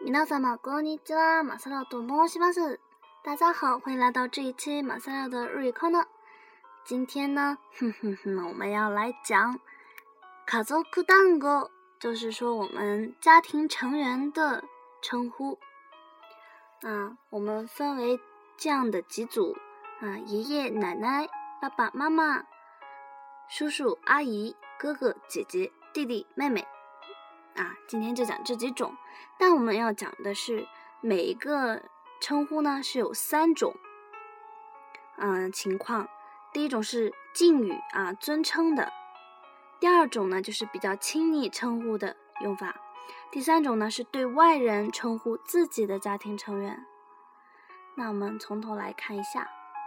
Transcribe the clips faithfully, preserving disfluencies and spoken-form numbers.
皆様こんにちは，马萨拉と申します。大家好，欢迎来到这一期马萨拉的日语课呢。今天呢，哼哼哼，我们要来讲家族団子，就是说我们家庭成员的称呼。啊，我们分为这样的几组啊，爷爷奶奶、爸爸妈妈、叔叔阿姨、哥哥姐姐、弟弟妹妹。啊，今天就讲这几种，但我们要讲的是每一个称呼呢是有三种嗯、呃、情况。第一种是敬语啊，尊称的；第二种呢就是比较亲昵称呼的用法；第三种呢是对外人称呼自己的家庭成员。那我们从头来看一下。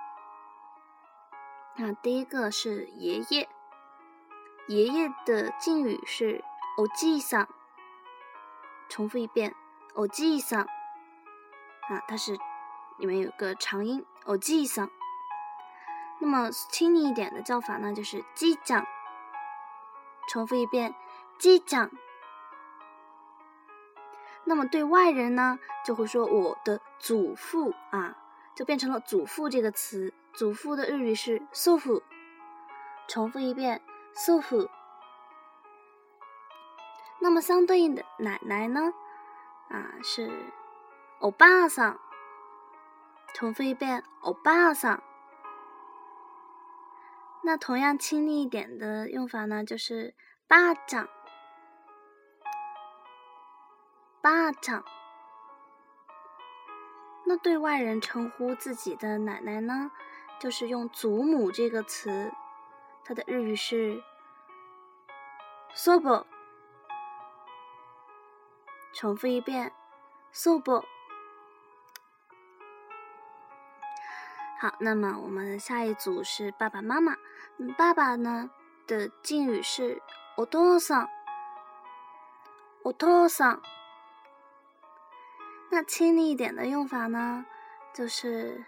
那第一个是爷爷，爷爷的敬语是おじいさん，重复一遍，おじいさん啊，它是里面有个长音，おじいさん。那么亲昵一点的叫法呢，就是じいちゃん，重复一遍，じいちゃん。那么对外人呢，就会说我的祖父啊，就变成了祖父这个词。祖父的日语是祖父，重复一遍，祖父。那么相对应的奶奶呢，啊是おばあさん，重复一遍，おばあさん。那同样亲昵一点的用法呢，就是ばあちゃん，ばあちゃん。那对外人称呼自己的奶奶呢，就是用祖母这个词，它的日语是祖母。重复一遍，祖母。好，那么我们下一组是爸爸妈妈。嗯、爸爸呢的敬语是お父さん，お父さん。那亲昵一点的用法呢，就是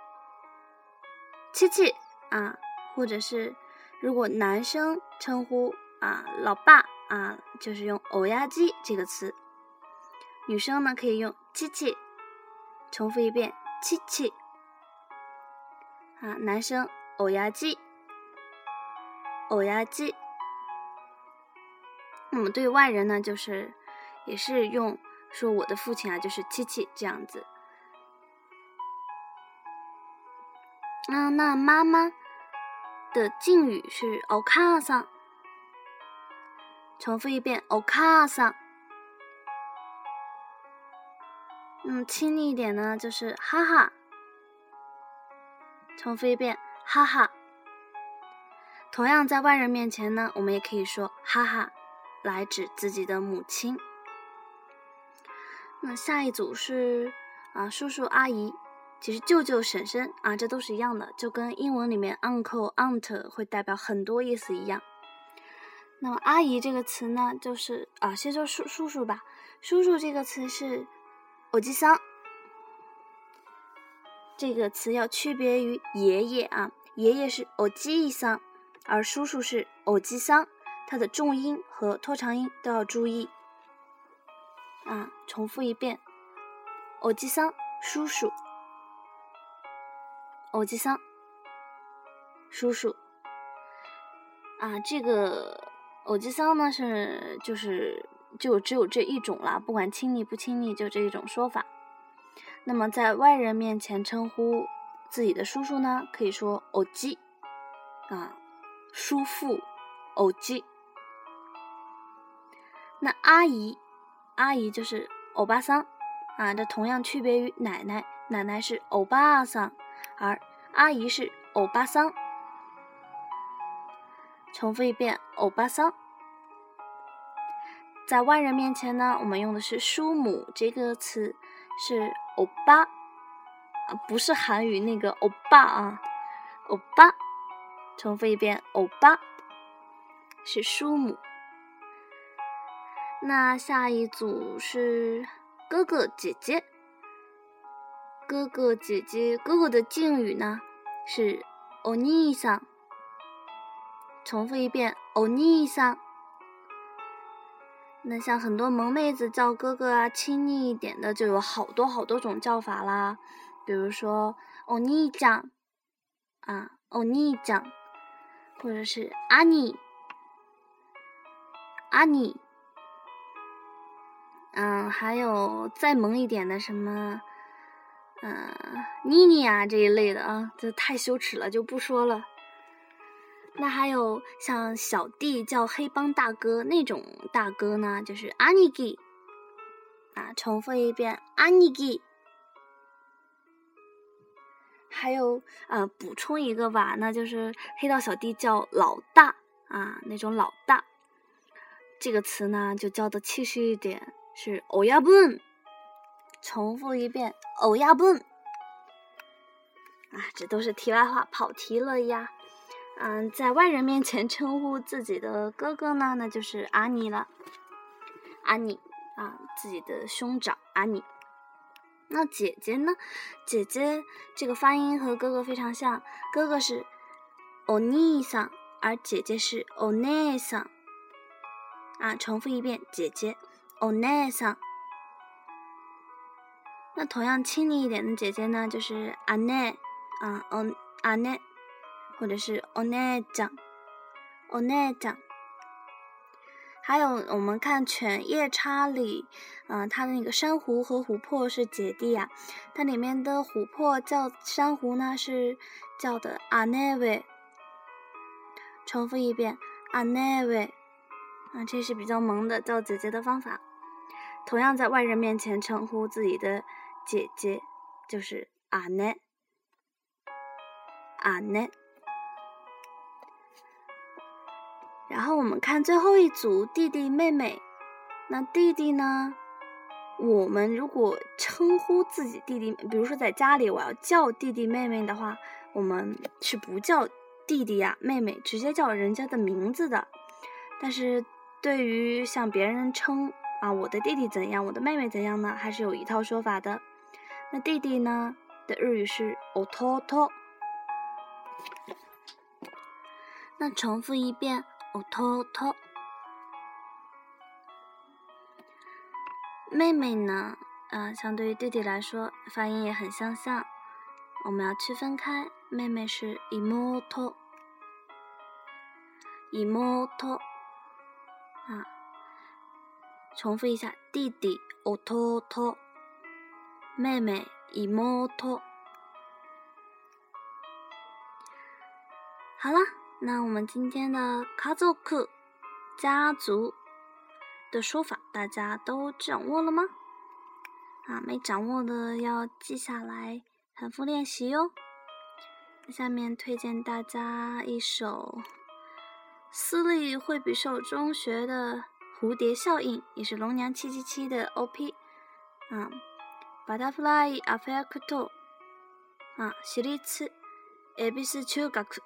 七七啊，或者是如果男生称呼啊老爸啊，就是用おやじ这个词。女生呢可以用七七，重复一遍，七七。啊，男生おやじ，おやじ。那么对外人呢，就是也是用说我的父亲啊，就是七七这样子。啊，那妈妈的敬语是お母さん，重复一遍，お母さん。嗯，亲昵一点呢，就是哈哈，重复一遍，哈哈。同样在外人面前呢，我们也可以说哈哈，来指自己的母亲。那下一组是啊叔叔阿姨，其实舅舅婶婶啊，这都是一样的，就跟英文里面 uncle aunt 会代表很多意思一样。那么阿姨这个词呢，就是啊先说叔叔叔吧，叔叔这个词是おじさん，这个词要区别于爷爷啊，爷爷是おじいさん，而叔叔是おじさん，它的重音和拖长音都要注意。啊，重复一遍，おじさん，叔叔，おじさん，叔叔。啊，这个おじさん呢是就是就只有这一种啦，不管亲昵不亲昵，就这一种说法。那么在外人面前称呼自己的叔叔呢，可以说おじ啊，叔父，おじ。那阿姨，阿姨就是おばさん啊，这同样区别于奶奶，奶奶是おばあさん，而阿姨是おばさん。重复一遍，おばさん。在外人面前呢，我们用的是叔母这个词，是欧巴，啊，不是韩语那个欧巴啊，欧巴。重复一遍，欧巴是叔母。那下一组是哥哥姐姐，哥哥姐姐，哥哥的敬语呢是お兄さん。重复一遍，お兄さん。 那像很多萌妹子叫哥哥啊，亲昵一点的就有好多好多种叫法啦，比如说お兄ちゃん啊，お兄ちゃん，或者是阿尼阿尼，嗯，还有再萌一点的什么，嗯，妮妮啊这一类的啊，这太羞耻了，就不说了。那还有像小弟叫黑帮大哥那种大哥呢，就是阿尼基啊，重复一遍阿尼基。还有呃，补充一个吧，那就是黑道小弟叫老大啊，那种老大。这个词呢，就叫的气势一点，是欧亚本。重复一遍欧亚本。啊，这都是题外话，跑题了呀。嗯，在外人面前称呼自己的哥哥呢，那就是阿尼了。阿尼啊，自己的兄长阿尼。那姐姐呢？姐姐这个发音和哥哥非常像，哥哥是お兄さん，而姐姐是お姉さん。啊，重复一遍，姐姐お姉さん。那同样亲昵一点的姐姐呢，就是姉啊，お姉。或者是お姉ちゃん、お姉ちゃん。还有我们看犬夜叉里，嗯、呃，它的那个珊瑚和琥珀是姐弟啊，它里面的琥珀叫珊瑚呢是叫的姉上。重复一遍，姉上。啊，这是比较萌的叫姐姐的方法。同样在外人面前称呼自己的姐姐就是姉、姉。然后我们看最后一组弟弟妹妹。那弟弟呢，我们如果称呼自己弟弟，比如说在家里我要叫弟弟妹妹的话，我们是不叫弟弟呀、妹妹，直接叫人家的名字的。但是对于像别人称啊我的弟弟怎样，我的妹妹怎样呢，还是有一套说法的。那弟弟呢的日语是弟。那重复一遍弟。妹妹呢，呃，相对于弟弟来说，发音也很相像。我们要区分开，妹妹是妹，妹啊。重复一下，弟弟弟，妹妹妹。好了。那我们今天的家族家族的说法大家都掌握了吗？啊，没掌握的要记下来，反复练习哟。下面推荐大家一首私立惠比寿中学的蝴蝶效应，也是龙娘七七七的 O P 啊 Butterfly Effect 啊，私立恵比寿中学。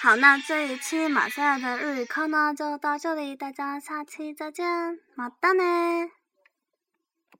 好，那这一期马赛尔的日语课呢就到这里，大家下期再见，またね。